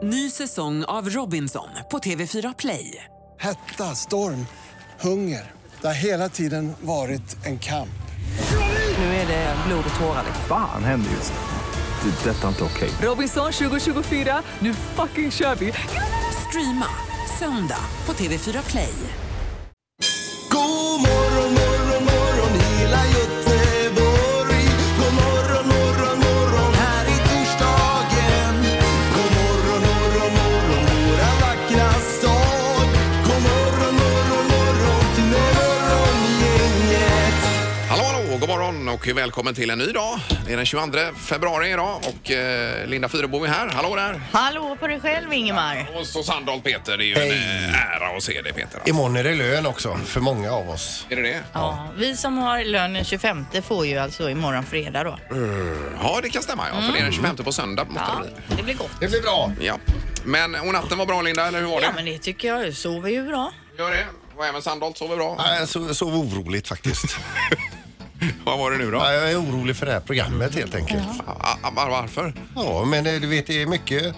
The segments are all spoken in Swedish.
Ny säsong av Robinson på TV4 Play. Hetta, storm, hunger. Det har hela tiden varit en kamp. Nu är det blod och tårar. Fan händer just nu. Det. Detta är inte okej. Robinson 2024, nu fucking kör vi. Streama söndag på TV4 Play. God morgon, morgon, morgon, hela Göteborg. God morgon, morgon, morgon, här i torsdagen. God morgon, morgon, morgon, våra vackra stad. God morgon, morgon, morgon, morgongänget. Hallå, hallå, god morgon och välkommen till en ny dag. Det är den 22 februari idag och Linda Fyrebo är här. Hallå där. Hallå på dig själv, Ingemar. Och så Sandholt Peter, det är ju en ära att se dig, Peter. Alltså. Imorgon är det lön också för många av oss. Är det? Ja, vi som har lön den 25 får ju alltså imorgon fredag då. Ja, det kan stämma, ja. För det är den 25 på söndag. Måste Ja, det bli. det blir gott. Det blir bra. Ja. Men, och natten var bra, Linda, eller hur var det? Ja, men det tycker jag. Sover ju bra. Gör det. Och även Sandholt sover bra. Ja, jag sov oroligt faktiskt. Vad var det nu då? Ja, jag är orolig för det här programmet helt enkelt. Varför? Ja, men du vet, det är mycket...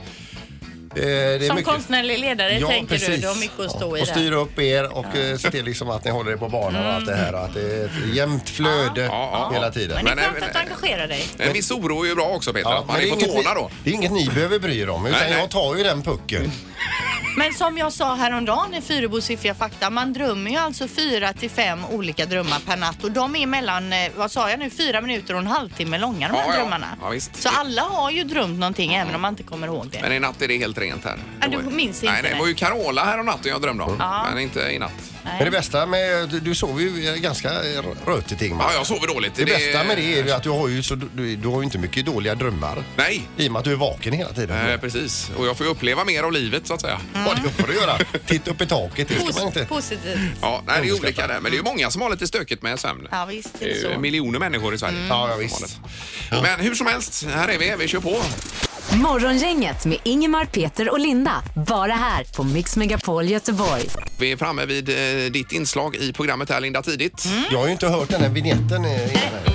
Det är Som mycket. Konstnärlig ledare tänker du, du har mycket att stå i och där. styra upp er och se till liksom att ni håller er på banan och allt det här. Att det är ett jämnt flöde hela tiden. Men det är skönt att du engagerar dig. En viss oro är ju bra också, Peter. Att man men är på tårna då. Det är inget ni behöver bry er om, utan Nej. jag tar ju den pucken. Men som jag sa häromdagen i Fyrebos fiffiga fakta, man drömmer ju alltså 4 till 5 olika drömmar per natt. Och de är mellan, vad sa jag nu, 4 minuter och en halvtimme långa, de här drömmarna. Ja, visst. Så alla har ju drömt någonting, även om man inte kommer ihåg det. Men i natt är det helt rent här. Ja, du minns inte Nej, det det. var ju Carola här om natten jag drömde om. Men inte i natt. Men det bästa med, du sover ju ganska rötigt, Ingmar. Ja, jag sover dåligt. Det bästa med det är ju att du har ju inte mycket dåliga drömmar. Nej. I och med att du är vaken hela tiden. Precis. Och jag får ju uppleva mer av livet, så att säga. Ja, det får du göra. Titta upp i taket, det ska man inte. Positivt. Ja, nej, det är olika där. Men det är ju många som har lite stökigt med sömn. Ja, visst är Det det är ju så. miljoner människor i Sverige. Ja, visst. Men hur som helst, här är vi kör på. Morgongänget med Ingemar, Peter och Linda. Bara här på Mix Megapol Göteborg. Vi är framme vid ditt inslag i programmet här, Linda, tidigt. Jag har ju inte hört den här vignetten innan.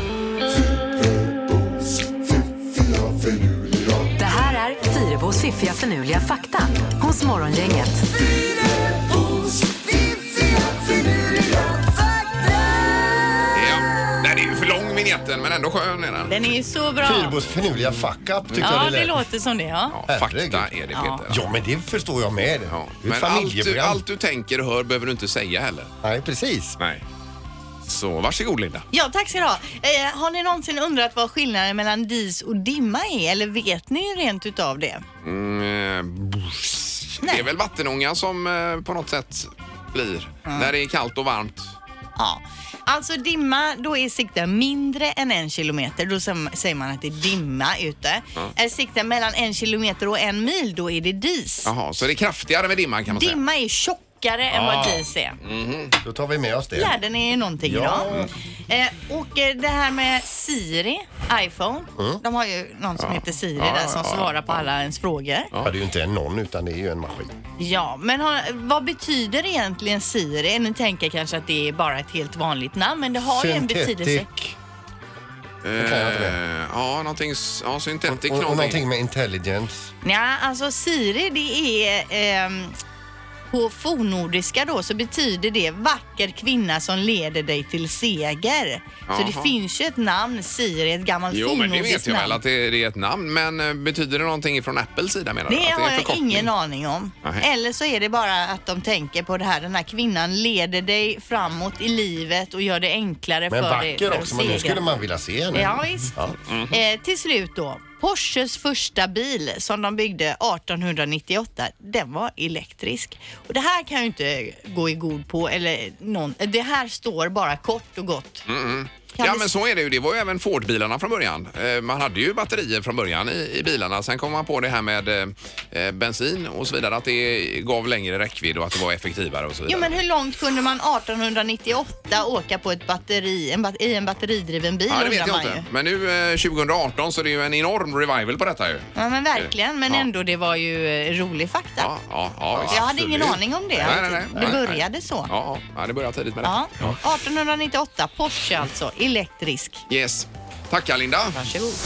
Det här är Fyrebos fiffiga förnuliga fakta hos Morgongänget. Ja, nej, det är ju för lång vignetten, men ändå skön är den. Den är ju så bra. Fyrbos förnuliga fuck-up tyckte jag Ja, det det lät. låter som det, ja. Ja, Herregud. fakta är det, Peter. Ja, men det förstår jag med. Ja. Det är ett Men familjeprogram. allt du tänker och hör behöver du inte säga heller. Nej, precis. Nej. Så varsågod, Linda. Ja, tack ska du ha. Har ni någonsin undrat vad skillnaden mellan dis och dimma är? Eller vet ni rent utav det? Det är väl vattenånga som på något sätt blir när det är kallt och varmt. Ja. Alltså dimma, då är sikten mindre än 1 kilometer. Då säger man att det är dimma ute. Är sikten mellan 1 kilometer och 1 mil, då är det dis. Jaha, så det är kraftigare med dimman kan man säga. Dimma är tjockare än vad dis är. Då tar vi med oss det. Lärde ni någonting idag? Och det här med Siri, iPhone. De har ju någon som heter Siri där som svarar på alla ens frågor. Ja, det är ju inte en någon utan det är ju en maskin. Ja, men vad betyder egentligen Siri? Ni tänker kanske att det är bara ett helt vanligt namn, men det har ju en betydelse. Kan jag inte det? Ja, någonting, ja, syntetic Och någonting med intelligence. Ja, alltså Siri, det är på fornnordiska då så betyder det vacker kvinna som leder dig till seger. Så det finns ju ett namn, Siri, ett gammalt Jo, men det fornnordiskt vet jag namn. väl att det är ett namn. Men betyder det någonting från Apples sida, menar du? Det Att är har en jag förkortning? ingen aning om. Nej. Eller så är det bara att de tänker på det här. Den här kvinnan leder dig framåt i livet och gör det enklare Men för dig. vacker för att också, men nu segra. skulle man vilja se henne. Ja, visst. Till slut då. Porsches första bil som de byggde 1898, den var elektrisk. Och det här kan ju inte gå i god på, eller det här står bara kort och gott. Ja, men så är det ju. Det var ju även Ford-bilarna från början. Man hade ju batterier från början i bilarna. Sen kom man på det här med bensin och så vidare. Att det gav längre räckvidd och att det var effektivare och så vidare. Jo, men hur långt kunde man 1898 åka på ett batteri, i en batteridriven bil? Ja, det vet jag man inte. ju. Men nu 2018 så är det ju en enorm revival på detta ju. Ja, men verkligen. Men ändå, det var ju rolig fakta. Ja, visst. Jag hade ingen aning om det. Nej. Det började så. Ja, det började tidigt med det. Ja. 1898, Porsche alltså, elektrisk. Yes. Tackar, Linda. Varsågod.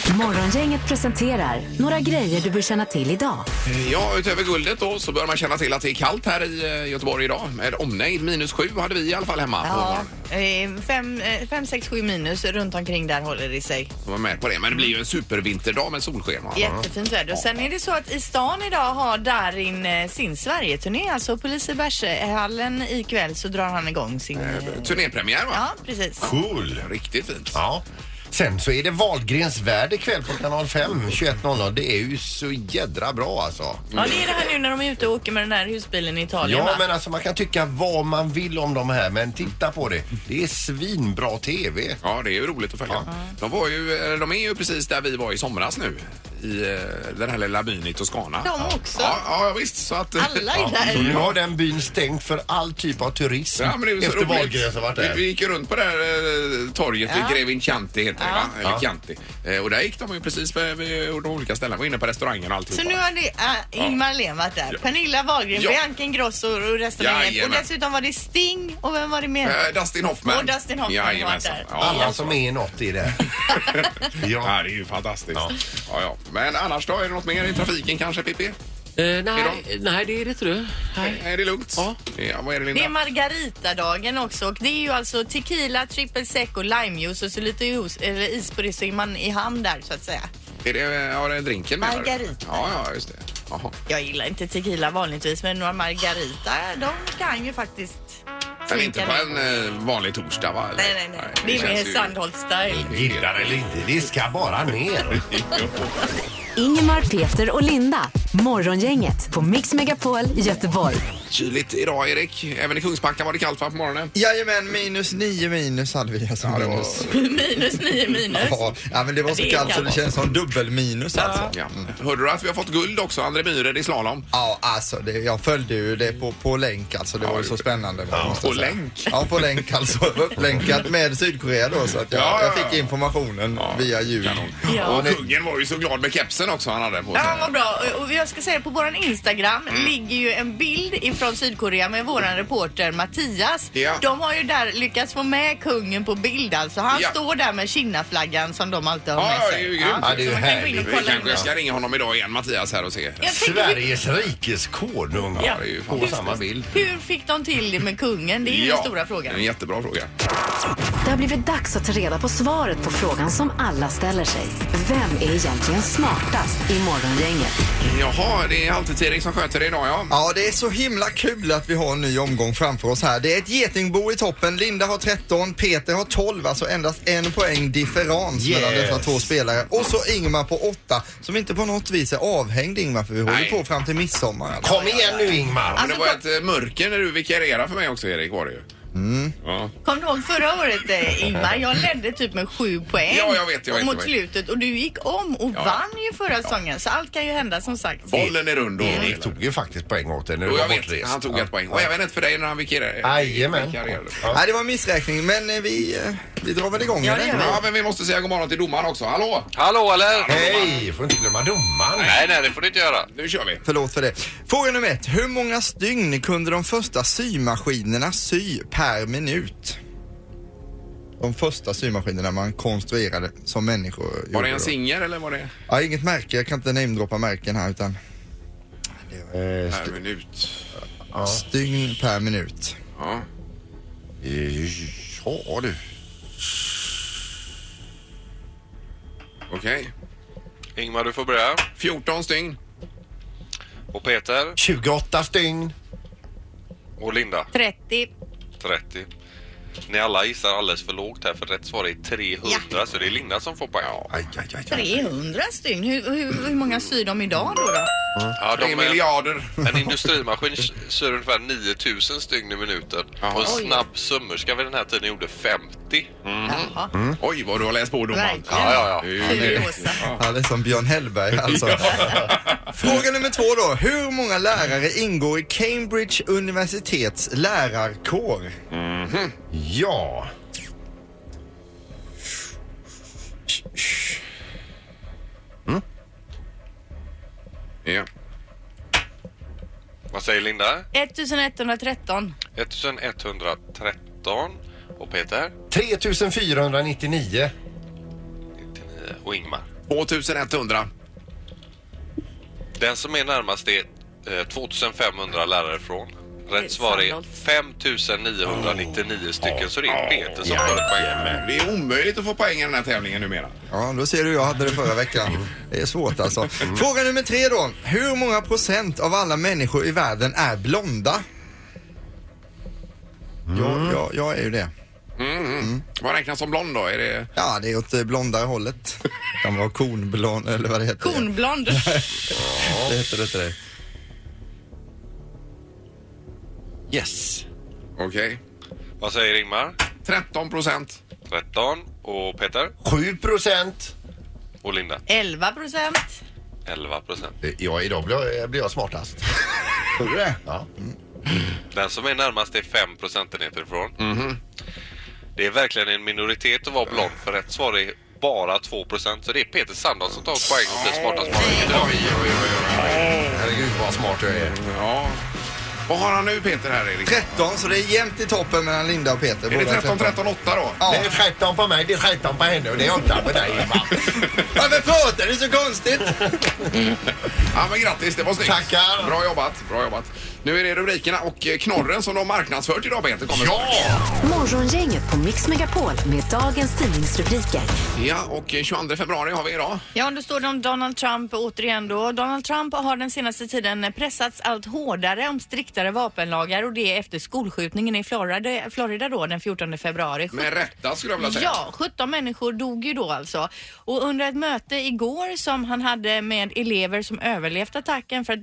Morgongänget presenterar några grejer du bör känna till idag. Ja, utöver guldet då så bör man känna till att det är kallt här i Göteborg idag. Med omnejd, -7 hade vi i alla fall hemma. Ja, 5, 6, 7 minus runt omkring där håller det sig. Jag var med på det, men det blir ju en supervinterdag med solsken. Jättefint väder. Och sen är det så att i stan idag har Darin sin Sverige-turné. Alltså på Lisebergshallen ikväll så drar han igång sin... Turnépremiär, va? Ja, precis. Cool. Riktigt fint. Ja. Sen så är det Wahlgrens värld ikväll på kanal 5, 21.00. Det är ju så jädra bra alltså. Ja, det är det här nu när de är ute och åker med den här husbilen i Italien. Ja, men alltså man kan tycka vad man vill om de här, men titta på det. Det är svinbra TV. Ja, det är ju roligt att följa. Ja. De är ju precis där vi var i somras nu. I den här lilla byn i Toscana. De också? Ja, visst. Så att, alla är där. Så nu har den byn stängt för all typ av turism. Ja, men det är ju så efter Wahlgrens har varit där. Vi gick ju runt på det här torget vid Grevin Chianti heter det, va? Eller Chianti. Och där gick de ju precis vid de olika ställena. Var inne på restaurangen och alltihop. Så nu har det Ingmar Len varit där. Ja. Pernilla Wahlgren, Bianca Ingrosso och restaurangen. Och dessutom var det Sting. Och vem var det mer? Dustin Hoffman. Och Dustin Hoffman var där. Ja, alla som är något i det. Ja, det är ju fantastiskt. Ja. Men annars då? Är det något mer i trafiken kanske, Pippi? Nej, det är det inte du. Är det lugnt? Ja. Vad är det, Linda? Det är Margarita-dagen också. Och det är ju alltså tequila, triple sec och limejuice och så lite is på det, så är man i hamn där så att säga. Är det, det är drinken med? Margarita. Ja, just det. Jaha. Jag gillar inte tequila vanligtvis, men några Margarita, de kan ju faktiskt... Men inte på en vanlig torsdag, va? Nej. Det är mer Sandholt-style. Gillar eller inte, det ska bara ner. Ingemar, Peter och Linda. Morgongänget på Mix Megapol Göteborg. Kyligt idag, Erik. Även i Kungsbacka var det kallt, va, på morgonen? Jajamän, -9 hade vi alltså. -9. Ja, men det var så kallt så det känns som dubbelminus alltså. Ja. Hörde du att vi har fått guld också, André Myhre i slalom? Ja, alltså jag följde ju det på länk alltså. Det var ju så spännande. På länk? Ja, på länk alltså. Upplänkat med Sydkorea då, så att jag fick informationen via ljud. Och kungen var ju så glad med kepsen också han hade på sig. Ja, vad bra. Och jag ska säga, på våran Instagram ligger ju en bild från Sydkorea med våran reporter Mattias. Ja. De har ju där lyckats få med kungen på bild alltså. Han står där med Kina-flaggan som de alltid har med sig. Ja, det är ju grymt. Ja, det är ju härligt. Vi kanske ska ringa honom idag igen, Mattias, här och se. Sveriges rikes konung. Ja, det är ju på samma bild. Hur fick de till det med kungen? Det är ju den stora frågan. En jättebra fråga. Det har blivit dags att ta reda på svaret på frågan som alla ställer sig. Vem är egentligen smartast i morgongänget? Jaha, det är alltid Erik som sköter det idag, ja. Ja, det är så himla kul att vi har en ny omgång framför oss här. Det är ett getingbo i toppen. Linda har 13, Peter har 12, alltså endast 1 poäng differens mellan dessa två spelare. Och så Ingmar på 8, som inte på något vis är avhängd, Ingmar, för vi håller på fram till midsommar. Alltså. Kom igen nu, Ingmar. Men det var ett mörker när du vikarierade för mig också, Erik, var det ju. Ja. Kom du ihåg förra året, Ingmar? Jag ledde typ med 7 poäng. Ja, jag vet. Mot slutet. Och du gick om och vann ju förra säsongen. Så allt kan ju hända, som sagt. Bollen är rund. Erik tog ju faktiskt poäng åt det när du jag var vet, bortrest. han tog ett poäng. Och även ett för dig när han vikarierade. Jajamän. Nej, det var en missräkning, men vi drar väl igång. Ja, ja, men vi måste säga god morgon till domaren också. Hallå! Hallå, eller? Hej, får inte glömma domaren. Nej, det får du inte göra. Nu kör vi. Förlåt för det. Fråga nummer 1. Hur många stygn kunde de första symaskinerna sy per minut? De första symaskinerna man konstruerade som människor gjorde. Var det en Singer eller var det? Ja, inget märke. Jag kan inte namedroppa märken här, utan... Per minut. Stygn per minut. Ja. Ja, du. Okej. Ingmar, du får börja. 14 stygn. Och Peter. 28 stygn. Och Linda. 30. 30. Ni alla gissar alldeles för lågt här, för rätt svar är 300, så det är Linda som får poäng. Aj. 300 stygn. Hur många syr de idag då? Ja, 3 miljarder. En industrimaskin syr ungefär 9000 stygn i minuten. Och en snabb sömmerska vid den här tiden gjorde 50. Oj, vad du har läst på domaren. Ja. Ja, det är som Björn Hellberg alltså. Fråga nummer 2 då. Hur många lärare ingår i Cambridge universitets lärarkår? Ja. Ja. Vad säger Linda? 1113. 1113. Och Peter? 3499. 99. Och Ingmar? 2100. Den som är närmast är 2500 lärare från. Rätt svar är 5999 stycken, så det är Peter som får ett poäng. Det är omöjligt att få poäng i den här tävlingen numera. Ja, då ser du, jag hade det förra veckan. Det är svårt alltså. Fråga nummer 3 då. Hur många procent av alla människor i världen är blonda? Jag är ju det. Vad räknas som blond då? Är det... Ja, det är åt blondare hållet. Kan vara kornblond eller vad det heter. Kornblond. Det heter det till dig. Yes. Okej. Vad säger Ingmar? 13%. 13. Och Peter? 7%. Och Linda? 11%. 11%. Ja, idag blir jag smartast. Tror du det? Ja. Den som är närmast är 5 procentenheter ifrån. Det är verkligen en minoritet att vara blond, för rätt svar är bara 2%. Så det är Peter Sandahl som tar poäng och blir smartast. Herregud vad smart jag är. Ja. Vad har han nu Peter här, Erik? 13, så det är jämnt i toppen mellan Linda och Peter. Är det 13-13-8 då? Ja. Det är 13 på mig, det är 13 på henne och det är 8 på dig. Varför pratar du så konstigt? Ja, men grattis, det var snyggt. Tackar. Bra jobbat. Nu är det rubrikerna och knorren som de marknadsfört idag, Peter. Ja! Morgongänget på Mix Megapol med dagens tidningsrubriker. Ja, och 22 februari har vi idag. Ja, då står det om Donald Trump återigen då. Donald Trump har den senaste tiden pressats allt hårdare om striktare vapenlagar, och det är efter skolskjutningen i Florida då den 14 februari. Med rätta skulle jag vilja säga. Ja, 17 människor dog ju då alltså. Och under ett möte igår som han hade med elever som överlevt attacken för att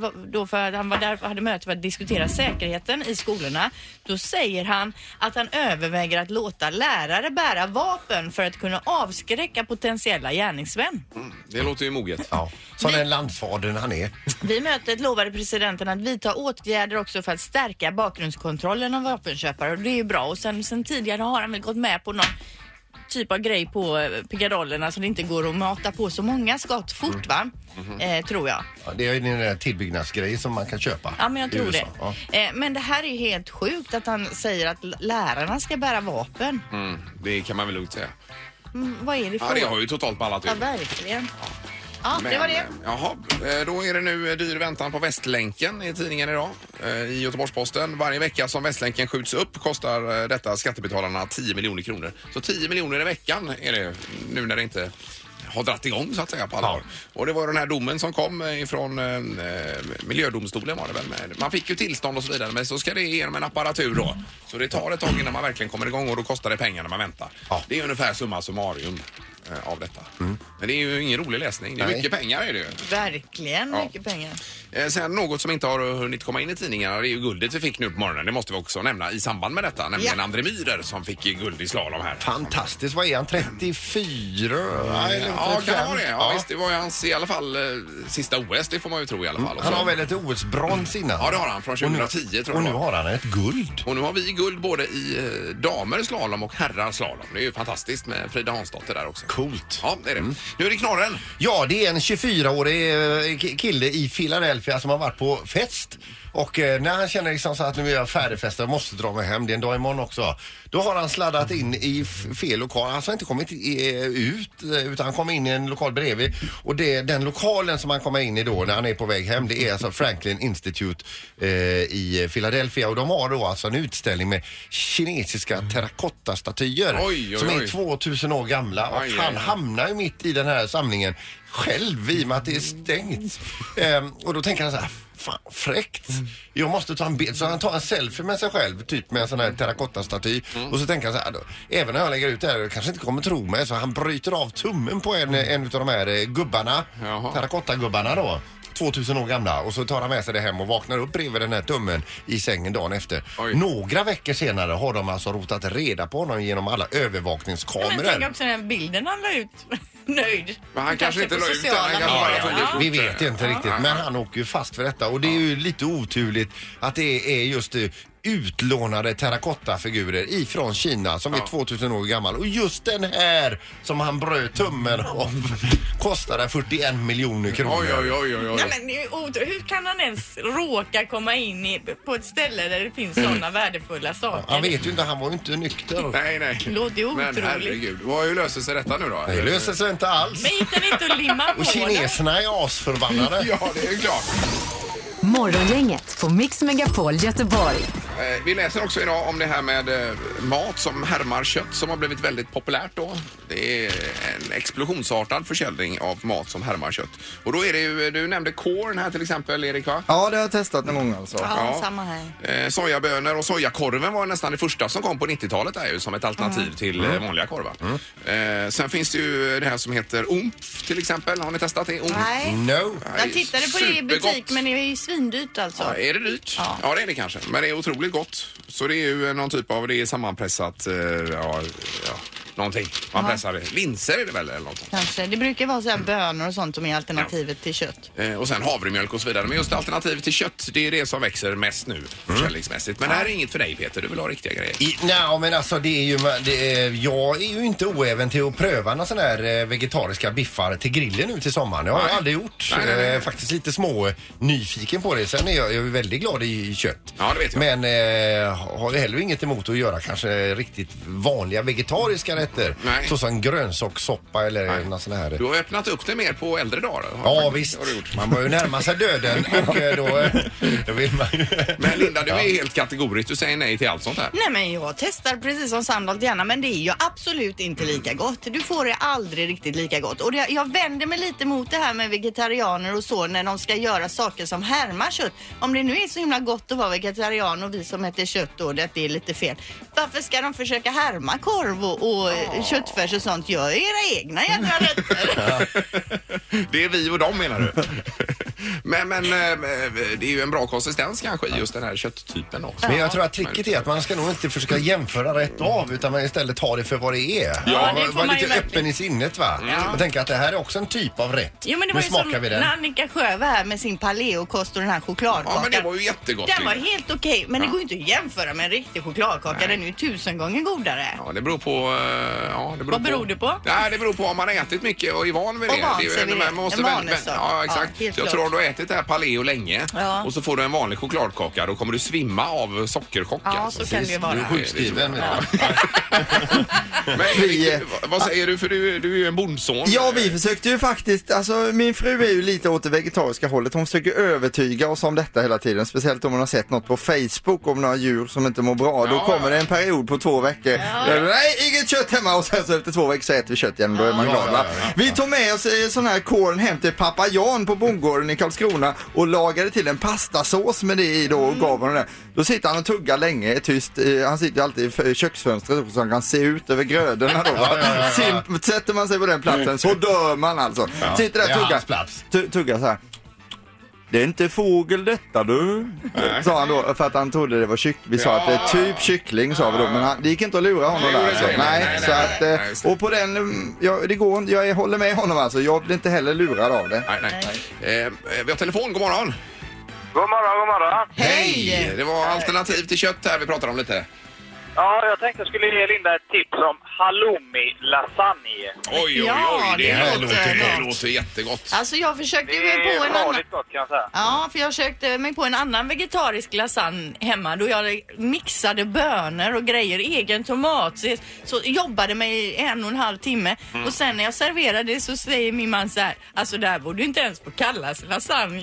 han var där och hade möte för att diskutera säkerheten i skolorna, då säger han att han överväger att låta lärare bära vapen för att kunna avskräcka potentiella gärningsmän. Det låter ju moget. Ja, som den landsfadern han är. Vid mötet lovade presidenten att vidta åtgärder också för att stärka bakgrundskontrollen av vapenköpare, och det är ju bra. Och sen tidigare har han väl gått med på någon typ av grej på pigadollerna så det inte går att mata på så många skott fort, va? Tror jag. Ja, det är ju den där tillbyggnadsgrejen som man kan köpa. Ja, men jag tror det. Ja. Men det här är ju helt sjukt att han säger att lärarna ska bära vapen. Det kan man väl lugnt säga. Vad är det för? Ja, det har ju totalt ballat ut. Ja, verkligen. Ja, det var det. Jaha, då är det nu dyr väntan på Västlänken i tidningen idag. I Göteborgs-Posten. Varje vecka som Västlänken skjuts upp kostar detta skattebetalarna 10 miljoner kronor. Så 10 miljoner i veckan är det nu när det inte har dratt igång så att säga på allvar. Och det var den här domen som kom ifrån miljödomstolen var det väl med. Man fick ju tillstånd och så vidare, men så ska det igenom en apparatur då. Så det tar ett tag innan man verkligen kommer igång och då kostar det pengar när man väntar. Ja. Det är ungefär summa summarium av detta. Men det är ju ingen rolig läsning. Det är mycket pengar är det ju. Verkligen mycket pengar. Sen något som inte har hunnit komma in i tidningarna, det är ju guldet vi fick nu på morgonen. Det måste vi också nämna i samband med detta. Nämligen André Myhrer som fick guld i slalom här. Fantastiskt. Vad är han? 34? Ja, kan det vara det? Ja, visst, det var ju hans i alla fall sista OS, det får man ju tro i alla fall. Han har väl ett OS-brons innan? Ja, det har han från 2010 tror jag. Och nu har han ett guld. Och nu har vi guld både i damer slalom och herrar slalom. Det är ju fantastiskt med Frida Hansdotter där också. Coolt. Ja, det är det. Nu är det knorren. Ja, det är en 24-årig kille i Philadelphia som har varit på fest. Och när han känner liksom så att nu är jag färdigfest, jag måste dra mig hem, det är en dag imorgon också. Då har han sladdat in i fel lokal. Han har inte kommit ut utan han kommer in i en lokal bredvid. Och den lokalen som han kommer in i då när han är på väg hem, det är alltså Franklin Institute i Philadelphia. Och de har då alltså en utställning med kinesiska terrakottastatyer som är 2000 år gamla. Och han hamnar ju mitt i den här samlingen själv i och med att det är stängt. Och då tänker han så här: fan, fräckt. Jag måste ta en bild. Så han tar en selfie med sig själv, typ med en sån här terrakottastaty. Och så tänker han så här då, även när jag lägger ut det här, kanske inte kommer tro mig, så han bryter av tummen på en av de här gubbarna, terrakottagubbarna då. 2000 år gamla, och så tar han med sig det hem och vaknar upp bredvid den här tummen i sängen dagen efter. Några veckor senare har de alltså rotat reda på honom genom alla övervakningskameror. Men tänk också den bilden han la ut. Nöjd. Men han kanske inte la ut den. Vi vet inte riktigt, men han åker ju fast för detta. Och det är ju lite oturligt att det är just utlånade terrakottafigurer ifrån Kina som är 2000 år gammal. Och just den här som han bröt tummen av kostade 41 miljoner kronor. Oj. Nej, men hur kan han ens råka komma in på ett ställe där det finns sådana värdefulla saker? Han vet ju inte, han var ju inte nykter. Nej. Låter ju otroligt. Men herregud, hur löser sig detta nu då? Det löser sig inte alls. Men gick den inte att limma på? Och kineserna är asförbannade. Ja, det är klart. Morgongänget på Mix Megapol Göteborg. Vi läser också idag om det här med mat som härmar kött som har blivit väldigt populärt då. Det är en explosionsartad försäljning av mat som härmar kött. Och då är det ju, du nämnde korn här till exempel, Erik, va? Ja, det har jag testat någon gång alltså. Ja, samma här. Sojabönor och sojakorven var nästan det första som kom på 90-talet där ju som ett alternativ till vanliga korvar. Sen finns det ju det här som heter omf till exempel. Har ni testat det? Omf? Nej. No. Jag tittade på det i butik, men det är ju svindyrt alltså. Ja, är det dyrt? Ja, det är det kanske. Men det är otroligt gott. Så det är ju någon typ av, det är sammanpressat, någonting. Man pressar det. Linser är det väl eller något sånt. Kanske. Det brukar vara så här bönor och sånt som är alternativet till kött. Och sen havremjölk och så vidare. Men just alternativet till kött, det är det som växer mest nu försäljningsmässigt. Men det här är inget för dig, Peter. Du vill ha riktiga grejer. Nej, men alltså jag är ju inte oäven till att pröva några sådana här vegetariska biffar till grillen nu till sommaren. Jag har aldrig gjort. Nej. Faktiskt lite små nyfiken på det. Sen är jag väldigt glad i kött. Ja, det vet jag. Men har jag heller inget emot att göra kanske riktigt vanliga vegetariska rätter. Nej. Såsom grönsakssoppa eller något sån här. Du har öppnat upp det mer på äldre dagar. Ja, visst. Man bör ju närma sig döden och då vill man ju... Men Linda, du är helt kategorisk. Du säger nej till allt sånt här. Nej, men jag testar precis som Sandholt gärna, men det är ju absolut inte lika gott. Du får det aldrig riktigt lika gott. Och jag vänder mig lite mot det här med vegetarianer och så när de ska göra saker som härmar kött. Om det nu är så himla gott att vara vegetarian och vi som äter kött då, det är lite fel. Varför ska de försöka härma korv och köttfärs och sånt? Gör era egna jävla rätter. Det är vi och dem, menar du? Men det är ju en bra konsistens kanske i just den här kötttypen också. Men jag tror att tricket är att man ska nog inte försöka jämföra rätt av utan man istället tar det för vad det är. Ja, det får var man lite ju öppen i sinnet, va? Och tänka att det här är också en typ av rätt. Jo, men det nu var ju smakar som vi den. när Annika Sjö var här med sin paleokost och den här chokladkakan. Ja, men det var ju jättegott. Den var helt okej, men det går ju inte att jämföra med en riktig chokladkaka. Den är ju 1000 gånger godare. Ja, det beror på... Vad beror det på? Nej, det beror på om man har ätit mycket och är van vid det. Och van Det är ju sig vid det. man måste En vanesak. Ja, exakt. Ja, helt jag klart. tror om du har ätit det här paleo länge Ja. och så får du en vanlig chokladkaka, då kommer du svimma av sockerchock. Ja, alltså. så kan det ju vara. Du är sjukskriven. Men vad säger du? För du är ju en bondson. Ja, vi försökte ju faktiskt, alltså min fru är ju lite åt det vegetariska hållet. Hon försöker övertyga oss om detta hela tiden. Speciellt om hon har sett något på Facebook om några djur som inte mår bra. Då kommer det en period på 2 veckor. Nej, inget kött hemma. Och sen så efter 2 veckor så äter vi kött igen. Då är man glad, va? Vi tog med oss sån här korn hem till pappa Jan på bondgården i Karlskrona och lagade till en pastasås med det i då och gav honom det. Då sitter han och tuggar länge, är tyst. Han sitter alltid i köksfönstret så han kan se ut över grödorna då. Sätter man sig på den platsen så dör man alltså. Sitter där och tuggar så här. Det är inte fågel detta du, sa han då, för att han trodde det var kyckling. Vi sa att det är typ kyckling, sa vi då, men det gick inte att lura honom där alltså. Nej, så att, och på den, det går, jag håller med honom alltså, jag blir inte heller lurad av det. Nej. Vi har telefon, god morgon. God morgon. Hej! Det var alternativ till kött här vi pratar om lite. Ja, jag tänkte jag skulle ge Linda ett tips om halloumi lasagne. Oj, Ja, det låter jättegott. Alltså jag försökte ju Det mig på är en annan... farligt gott kan jag säga. Ja, för jag försökte mig på en annan vegetarisk lasagne hemma då jag mixade bönor och grejer, egen tomat. Så jobbade mig i 1,5 timme. Och sen när jag serverade det så säger min man så här: alltså där borde inte ens få kallas lasagne.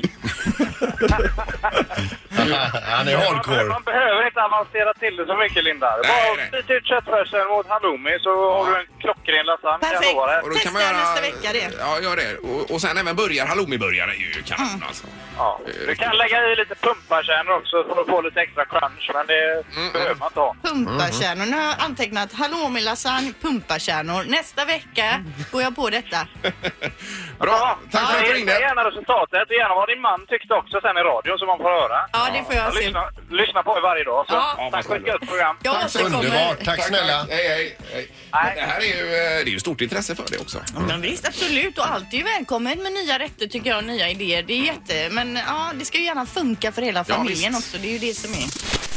Han är hardcore. Man behöver inte avancera till det så mycket, Linda. Bara byta ut köttfärsen mot halloumi så har du en klockren lasagne. Perfekt. Och då kan man Testa nästa vecka det. Ja, gör det. Och sen även halloumi-burgare är ju kanon alltså. Ja. Du kan lägga i lite pumpakärnor också för att få lite extra crunch, men det behöver man inte ha. Pumpakärnor. Nu har jag antecknat halloumi, lasagne, pumpakärnor. Nästa vecka går jag på detta. Bra, tack för att du ringde. Gärna resultatet och gärna vad din man tyckte också sen i radion så man får höra. Ja, det får jag se. Lyssna på er varje dag. Så. Ja. Tack för ett gött program. Jag återkommer. Underbart, tack snälla. Hej. Det här är ju stort intresse för det också. Men visst, absolut. Och allt är ju välkommet med nya rätter tycker jag och nya idéer. Det är men ja, det ska ju gärna funka för hela familjen visst. också. Det är ju det som är.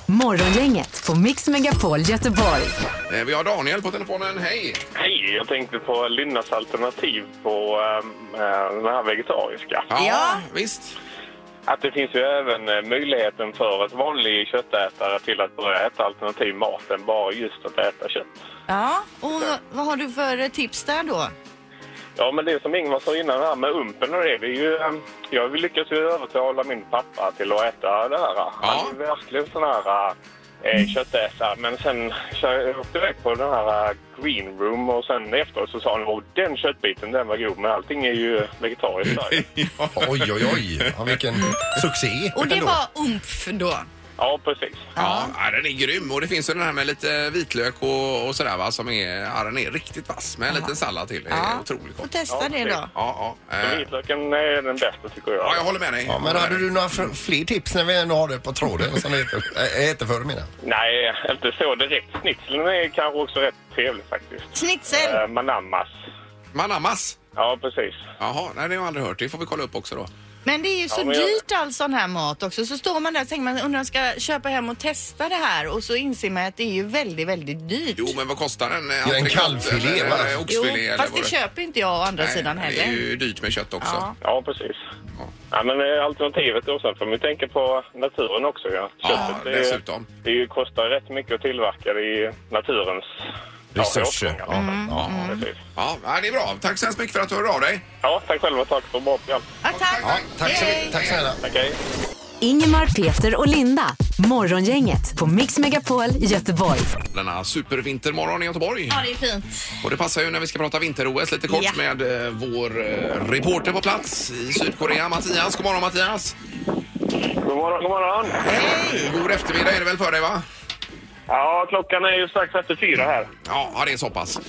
Morgongänget på Mix Megapol Göteborg. Vi har Daniel på telefonen. Hej! Hej, jag tänkte på Lindas alternativ på den här vegetariska. Ja, visst. Att det finns ju även möjligheten för ett vanlig köttätare till att börja äta alternativ mat än bara just att äta kött. Ja, och vad har du för tips där då? Ja, men det som Ingvar sa innan här med umpen och det är ju... Jag lyckas ju övertala min pappa till att äta det här. Ja. Han är verkligen sån här köttätare. Men sen så jag åkte iväg på den här green room och sen efteråt så sa han att den köttbiten den var god. Men allting är ju vegetariskt där. Oj. Ja, vilken succé. Och det var umf då? Ja, precis. Ja, den är grym. Och det finns ju den här med lite vitlök och sådär va, som är, den är riktigt vass med en liten sallad till. Det är otroligt gott. Och testa det då. Ja. Vitlöken är den bästa tycker jag. Ja, jag håller med dig. Ja, men hade du några fler tips när vi ändå har det på tråden som äter för mina? Nej, inte så direkt. Schnitzeln är kanske också rätt trevlig faktiskt. Schnitzel? Manammas. Ja, precis. Jaha, nej det har jag aldrig hört. Det får vi kolla upp också då. Men det är ju så dyrt all sån här mat också. Så står man där och tänker man undrar ska köpa hem och testa det här. Och så inser man att det är ju väldigt, väldigt dyrt. Jo, men vad kostar den? En kalvfilé va? Jo, fast det köper inte jag å andra sidan heller. Det är ju dyrt med kött också. Ja, precis. Ja, men alternativet då sen får man tänka på naturen också. Ja, köttet, dessutom. Det kostar rätt mycket att tillverka det i naturens resurser. Ja, det är bra. Tack så hemskt mycket för att du hörde av dig. Ja, tack själva. Tack för bra program. Tack snälla. Okej. Ingemar, Peter och Linda. Morgongänget på Mix Megapol Göteborg. Denna supervintermorgon i Göteborg. Ja, det är fint. Och det passar ju när vi ska prata vinter-OS lite kort med vår reporter på plats i Sydkorea, Mattias. God morgon, Mattias. God morgon. Hej! God eftermiddag är det väl för dig, va? Ja, klockan är ju strax efter 4 här. Ja, det är så pass.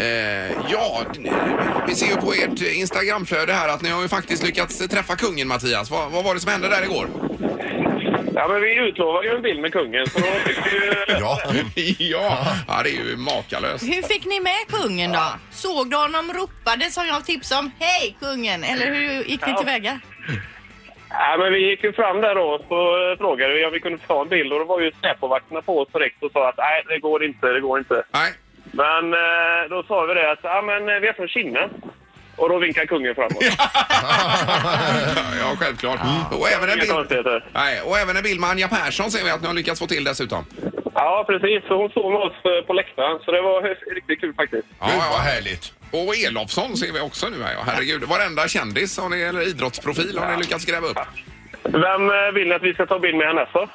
Vi ser ju på ert Instagramflöde här att ni har ju faktiskt lyckats träffa kungen, Mattias. Vad var det som hände där igår? Ja, men vi utlovade ju en bild med kungen, så då fick vi... ja, det är ju makalöst. Hur fick ni med kungen då? Såg du honom ropade som jag tipsade om, hej kungen, eller hur gick ni tillväga? Ja, men vi gick ju fram där då och frågade om vi kunde ta en bild och då var ju Säpo-vakterna på oss direkt och sa att nej, det går inte. Nej. Men då sa vi det att vi är från Kina. Och då vinkar kungen framåt. Ja, självklart. Och även en bild med Anja Persson ser vi att ni har lyckats få till dessutom. Ja, precis. Så hon stod med oss på läktaren. Så det var riktigt kul faktiskt. Ja, vad härligt. Och Elofsson ser vi också nu här. Ja. Herregud, varenda kändis eller idrottsprofil har ni lyckats gräva upp. Vem vill att vi ska ta bild med henne så?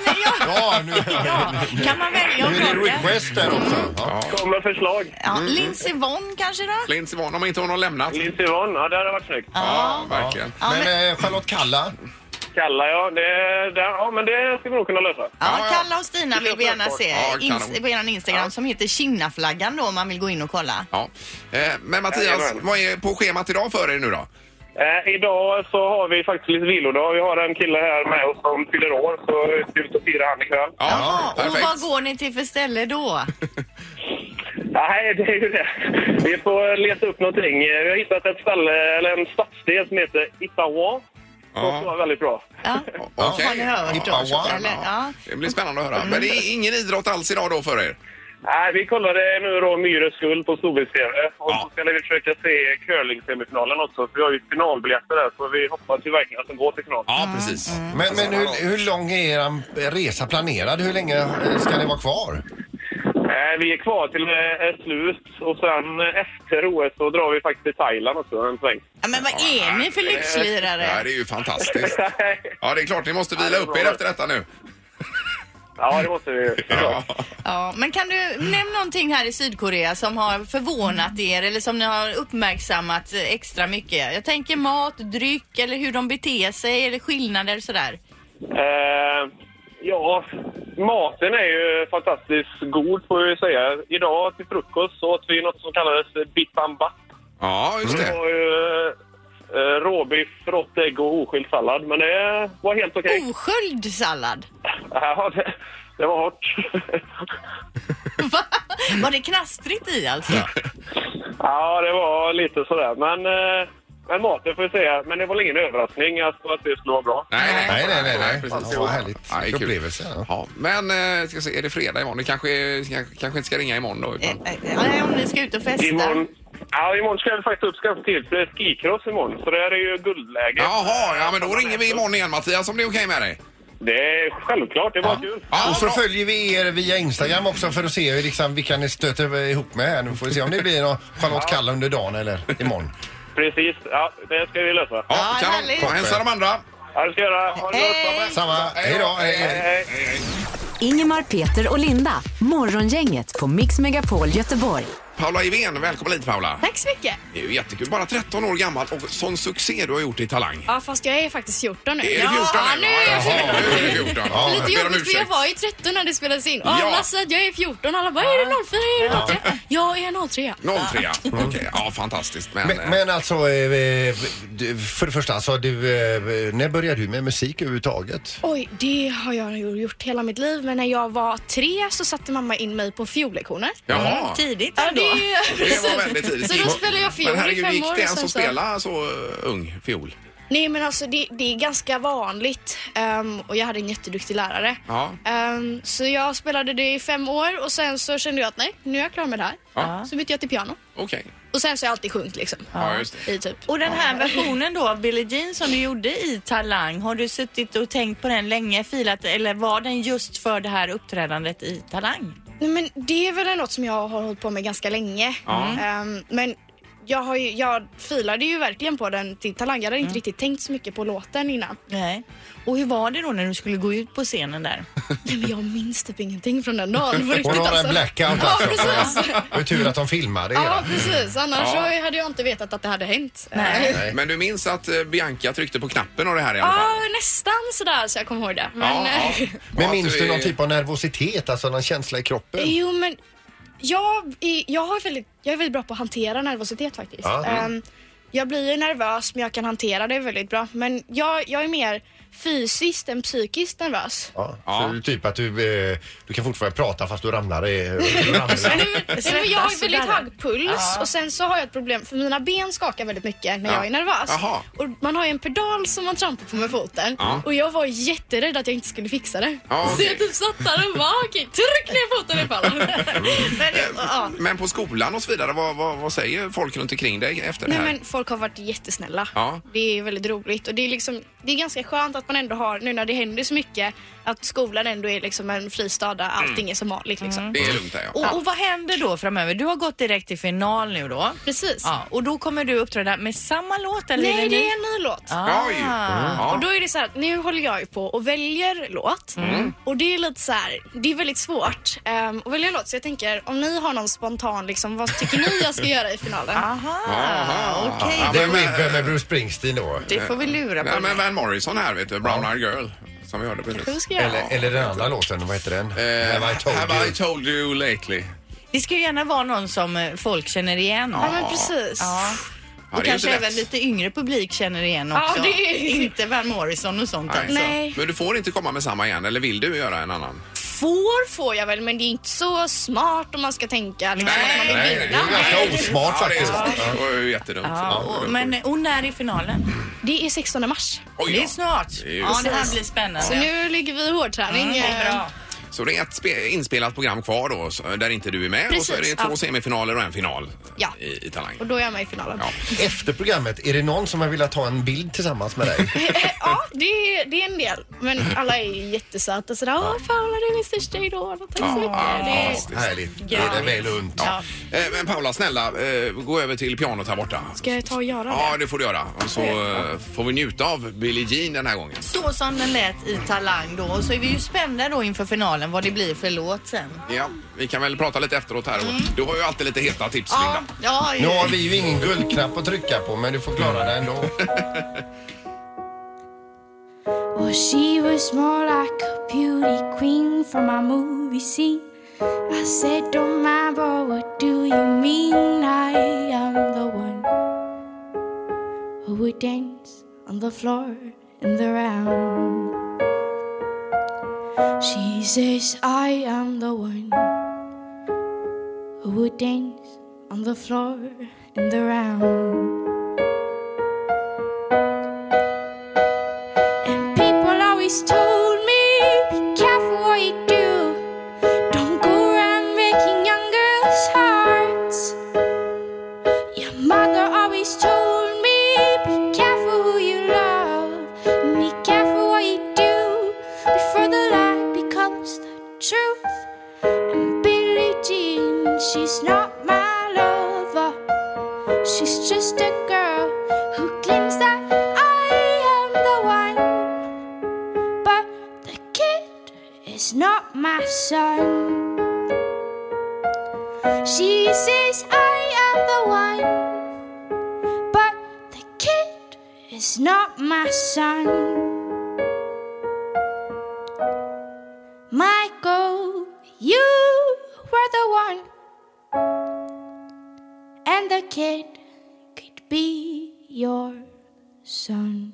Kan man välja nu är det request där också. Kommer förslag. Ja, Lindsey Vonn kanske då? Lindsey Vonn, om inte hon har lämnat. Lindsey Vonn, ja det hade varit snyggt. Ja, verkligen. Ja, men Charlotte Kalla? Kalla, men det ska vi nog kunna lösa. Ja, Kalla och Stina vill vi gärna se på er Instagram som heter Kinnaflaggan då om man vill gå in och kolla. Ja. Men Mattias, vad är på schemat idag för er nu då? Idag så har vi faktiskt lite vilodag. Vi har en kille här med oss som fyller år, så vi ska ut och fira han ikväll. Ja, och vad går ni till för ställe då? Nej, det är ju det. Vi får leta upp någonting. Vi har hittat ett ställe, eller en stadsdel som heter Itaewon. Det var väldigt bra. Ja. Okej. Har ni hört då? Det blir spännande att höra. Men det är ingen idrott alls idag då för er? Nej, vi kollade nu då Myres guld på Storbilds-TV. Och så ska vi försöka se curling-semifinalen också. För vi har ju finalbiljetter där, så vi hoppas ju verkligen att de går till final. Ja, precis. Men hur lång är er resa planerad? Hur länge ska ni vara kvar? Vi är kvar till slut och sen efter OS så drar vi faktiskt till Thailand också en sväng. Ja, men vad är ni för lyxlirare? Ja, det är ju fantastiskt. Ja, det är klart, ni måste vila upp er efter detta nu. Ja, det måste vi. Ja, men kan du nämna någonting här i Sydkorea som har förvånat er eller som ni har uppmärksammat extra mycket? Jag tänker mat, dryck eller hur de beter sig eller skillnader sådär. Ja, maten är ju fantastiskt god får jag säga. Idag till frukost så åt vi något som kallades bippambap. Ja, just det. Det var ju råbiff, rått ägg och oskild sallad, men det var helt okej. Oskild sallad? Ja, det var hårt. Va? Var det knastrigt i alltså? Ja, det var lite sådär, men Men maten får vi säga. Men det var ingen överraskning att det skulle vara bra. Nej. Precis. Det var härligt. Nej, kul. Upplevelse. Ja, men ska se, är det fredag imorgon? Det kanske inte ska ringa imorgon då. Utan... Nej, om ni ska ut och festa. Imorgon ska jag faktiskt uppskatta till för det är skikross imorgon. Så det här är ju guldläge. Jaha, ja men då ringer vi imorgon igen Mattias om det är okej med dig. Det är självklart, det var kul. Ja, och så följer vi er via Instagram också för att se liksom, vilka ni stöter ihop med här. Nu får vi se om det blir någon Charlotte Kalla under dagen eller imorgon. Precis, ja det ska vi lösa. Ja, kan hälsa de andra. Ja, det ska jag göra. Ha det gott. Samma, hej då. Hej. Ingemar, Peter och Linda. Morgongänget på Mix Megapol Göteborg. Paula Ivén, välkommen hit Paula. Tack så mycket. Det är ju jättekul, bara 13 år gammal och sån succé du har gjort i Talang. Ja, fast jag är faktiskt 14 nu. Är det 14 nu? Nu är jag 14. Nu är det 14. Ja, Lite jobbigt för jag var ju 13 när det spelades in. Och alla sa att jag är 14. Alla bara, är det 04? Är det 03? Jag är 03. 03, okej. Ja, fantastiskt. Men alltså, för det första, alltså, när började du med musik överhuvudtaget? Oj, det har jag gjort hela mitt liv. Men när jag var 3 så satte mamma in mig på fiollektioner. Jaha. Tidigt ändå. Det var väldigt tidigt. Så då spelade jag fiol i 5 år. Men herregud, gick det ens att så... spela så ung fiol? Nej, men alltså det är ganska vanligt. Och jag hade en jätteduktig lärare. Ja. Så jag spelade det i 5 år och sen så kände jag att nej, nu är jag klar med det här. Ja. Så bytte jag till piano. Okej. Och sen så har jag alltid sjungit liksom. Ja, just det. Typ. Och den här versionen då av Billie Jean som du gjorde i Talang, har du suttit och tänkt på den länge, filat, eller var den just för det här uppträdandet i Talang? Nej, men det är väl något som jag har hållit på med ganska länge. Men jag filade ju verkligen på den till Talang. Jag hade inte riktigt tänkt så mycket på låten innan. Nej. Och hur var det då när du skulle gå ut på scenen där? Nej, men jag minns typ ingenting från den dagen. Hon har en blackout Ja, alltså. precis. Det är tur att de filmade Ja, precis. Annars så hade jag inte vetat att det hade hänt. Nej. Men du minns att Bianca tryckte på knappen och det här i alla fall? Ja, nästan sådär så jag kommer ihåg det. Men, Men minns du någon typ av nervositet, alltså någon känsla i kroppen? Jo, men jag är väldigt bra på att hantera nervositet faktiskt. Ja. Jag blir ju nervös men jag kan hantera det väldigt bra. Men jag är mer fysiskt än psykiskt nervös. Ja. Så typ att du kan fortfarande prata fast du ramlar. Men jag har väldigt hög puls och sen så har jag ett problem för mina ben skakar väldigt mycket när jag är nervös. Och man har ju en pedal som man trampar på med foten och jag var jätterädd att jag inte skulle fixa det. Så jag typ satt där och bara okej, tryck ner foten i pallen. Men på skolan och så vidare, vad säger folk runt omkring dig efter det här? Men folk har varit jättesnälla. Det är väldigt roligt och det är ganska skönt att man ändå har, nu när det händer så mycket, att skolan ändå är liksom en fristad där allting är som vanligt liksom. Det är lugnt där, och vad händer då framöver? Du har gått direkt till final nu då. Precis. Ja, och då kommer du uppträda med samma låt eller? Nej, det är en ny låt. Ja. Och då är det så här att nu håller jag ju på och väljer låt. Och det är lite så här, det är väldigt svårt att välja låt. Så jag tänker, om ni har någon spontan liksom, vad tycker ni jag ska göra i finalen? Okej. Det är River med Bruce Springsteen då. Det får vi lura på. Men Van Morrison här, vet du, Brown Eyed Girl. Som vi hörde precis. Eller den andra låten, vad heter den? Have I told you lately? Det ska ju gärna vara någon som folk känner igen. Ja, men precis. Och kanske även lite yngre publik känner igen också. Ja, det är... Inte Van Morrison och sånt. Nej. Men du får inte komma med samma igen, eller vill du göra en annan? Får jag väl, men det är inte så smart om man ska tänka liksom, att man vill Nej, det är ganska osmart faktiskt. Det var ju jättedumt. Och när är finalen? Det är 16 mars. Det är snart. Det här blir spännande. Så nu ligger vi i hårdträning. Bra. Så det är ett inspelat program kvar då, där inte du är med. Precis, och så är det 2 semifinaler och en final i Talang. Och då är jag med i finalen. Efter programmet, är det någon som har velat ta en bild tillsammans med dig? Ja, det är en del. Men alla är jättesöta. Sådär, Paula, det är min största idol. Tack så mycket. Härligt. Det är väl unt. Men Paula, snälla, gå över till pianot här borta. Ska jag ta och göra det? Ja, det får du göra. Och så får vi njuta av Billie Jean den här gången. Så som den lät i Talang då. Och så är vi ju spända då inför finalen vad det blir för låt sen. Ja, vi kan väl prata lite efteråt här. Du har ju alltid lite heta tips, Linda. Nu har vi ju ingen guldknapp att trycka på, men du får klara det ändå. Well, she was more like a beauty queen from a movie scene. I said, don't mind, but what do you mean? I am the one who would dance on the floor in the round. She says, I am the one who would dance on the floor in the round. always told me, be careful what you do. Don't go around breaking young girls' hearts. Your mother always told me, be careful who you love. Be careful what you do before the lie becomes the truth. And Billie Jean, she's not my lover. She's just a girl who claims that I am the one. But the kid is not my son. She says I am the one. But the kid is not my son. Michael, you were the one. And the kid could be your son.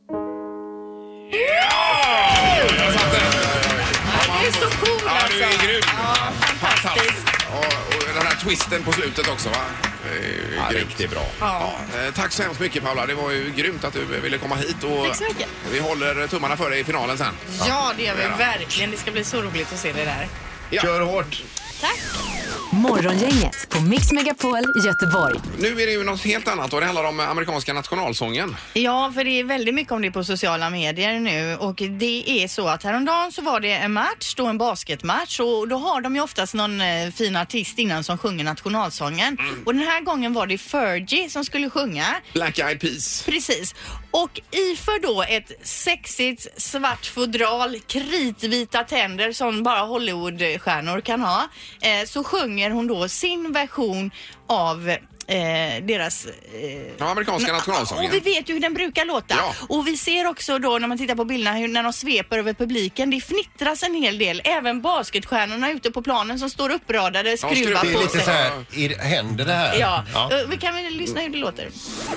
Det är så cool Ja, alltså. du är grym. Ja, fantastiskt. Och den här twisten på slutet också, va? Riktigt bra. Ja, tack så hemskt mycket, Paula. Det var ju grymt att du ville komma hit. Och Tack så mycket. Vi håller tummarna för dig i finalen sen. Ja, det gör vi verkligen. Det ska bli så roligt att se det där. Ja. Kör hårt. Tack. Morgongänget på Mix Megapol Göteborg. Nu är det ju något helt annat och det handlar om amerikanska nationalsången. Ja, för det är väldigt mycket om det på sociala medier nu och det är så att häromdagen så var det en match, då en basketmatch och då har de ju oftast någon fin artist innan som sjunger nationalsången. Och den här gången var det Fergie som skulle sjunga. Black Eyed Peas. Precis. Och iför då ett sexigt svart fodral, kritvita tänder som bara Hollywoodstjärnor kan ha, så sjunger hon då sin version av deras amerikanska nationalsången. Och vi vet ju hur den brukar låta. Ja. Och vi ser också då när man tittar på bilderna hur när de sveper över publiken, det fnittras en hel del. Även basketstjärnorna ute på planen som står uppradade skruvar på sig. Det är lite så här, händer det här? Ja. Vi kan väl lyssna hur det låter.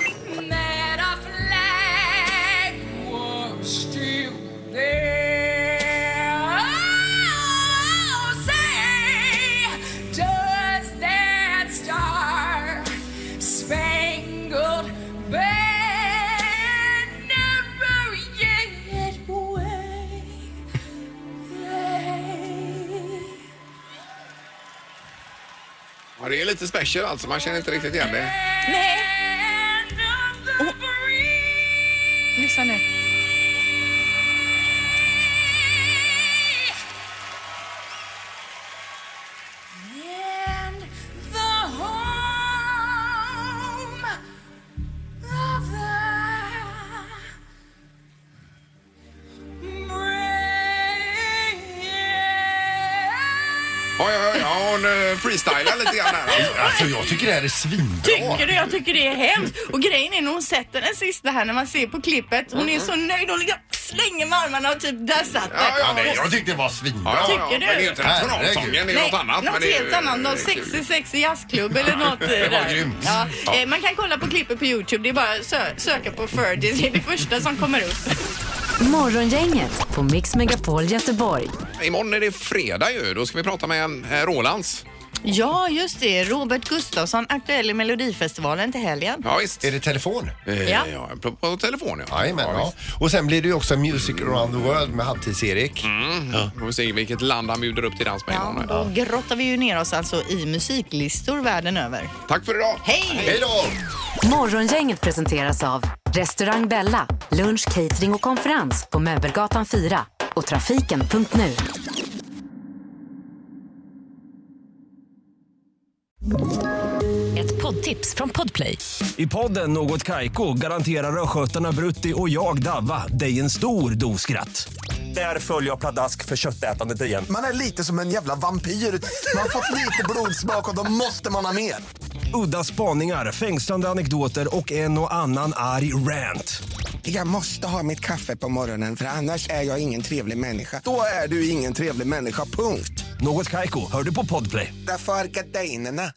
Ja, det är lite special alltså, man känner inte riktigt igen det. Nej. Lyssna nu. Ja, hon freestylar lite grann här. Alltså jag tycker det här är svinbra. Tycker du? Jag tycker det är hemskt. Och grejen är när hon sätter den sista här när man ser på klippet. Hon är så nöjd. Hon slänger med armarna och typ där satt det. Jag tyckte det var svinbra. Tycker du? Men det är ju inte nationalsången, det är något annat. Något men helt annat. Någon sexig jazzklubb eller något. Det var grymt. Ja. Man kan kolla på klippet på YouTube. Det är bara söka på Fergie. Det är det första som kommer upp. Morgongänget på Mix Megapol Göteborg. Imorgon är det fredag ju. Då ska vi prata med Rolands. Ja, just det. Robert Gustafsson, aktuell i Melodifestivalen till helgen. Ja, visst. Är det telefon? Ja. På telefon, ja. Jajamän, ja. Och sen blir det ju också Music Around the World med Halvtids-Erik. Får vi se vilket land han bjuder upp till dans med Ja, då grottar vi ju ner oss alltså i musiklistor världen över. Tack för idag. Hej! Hej då! Morgongänget presenteras av Restaurang Bella, lunch, catering och konferens på Möbelgatan 4 och trafiken.nu. Ett poddtips från Podplay. I podden Något Kaiko garanterar östgötarna Brutti och jag Davva dig en stor doskratt. Där följer jag pladask för köttätandet igen. Man är lite som en jävla vampyr. Man har fått lite blodsmak och då måste man ha mer. Udda spaningar, fängslande anekdoter och en och annan arg rant. Jag måste ha mitt kaffe på morgonen för annars är jag ingen trevlig människa. Då är du ingen trevlig människa, punkt. Något Kaiko, hör du på Podplay. Därför är gardinerna.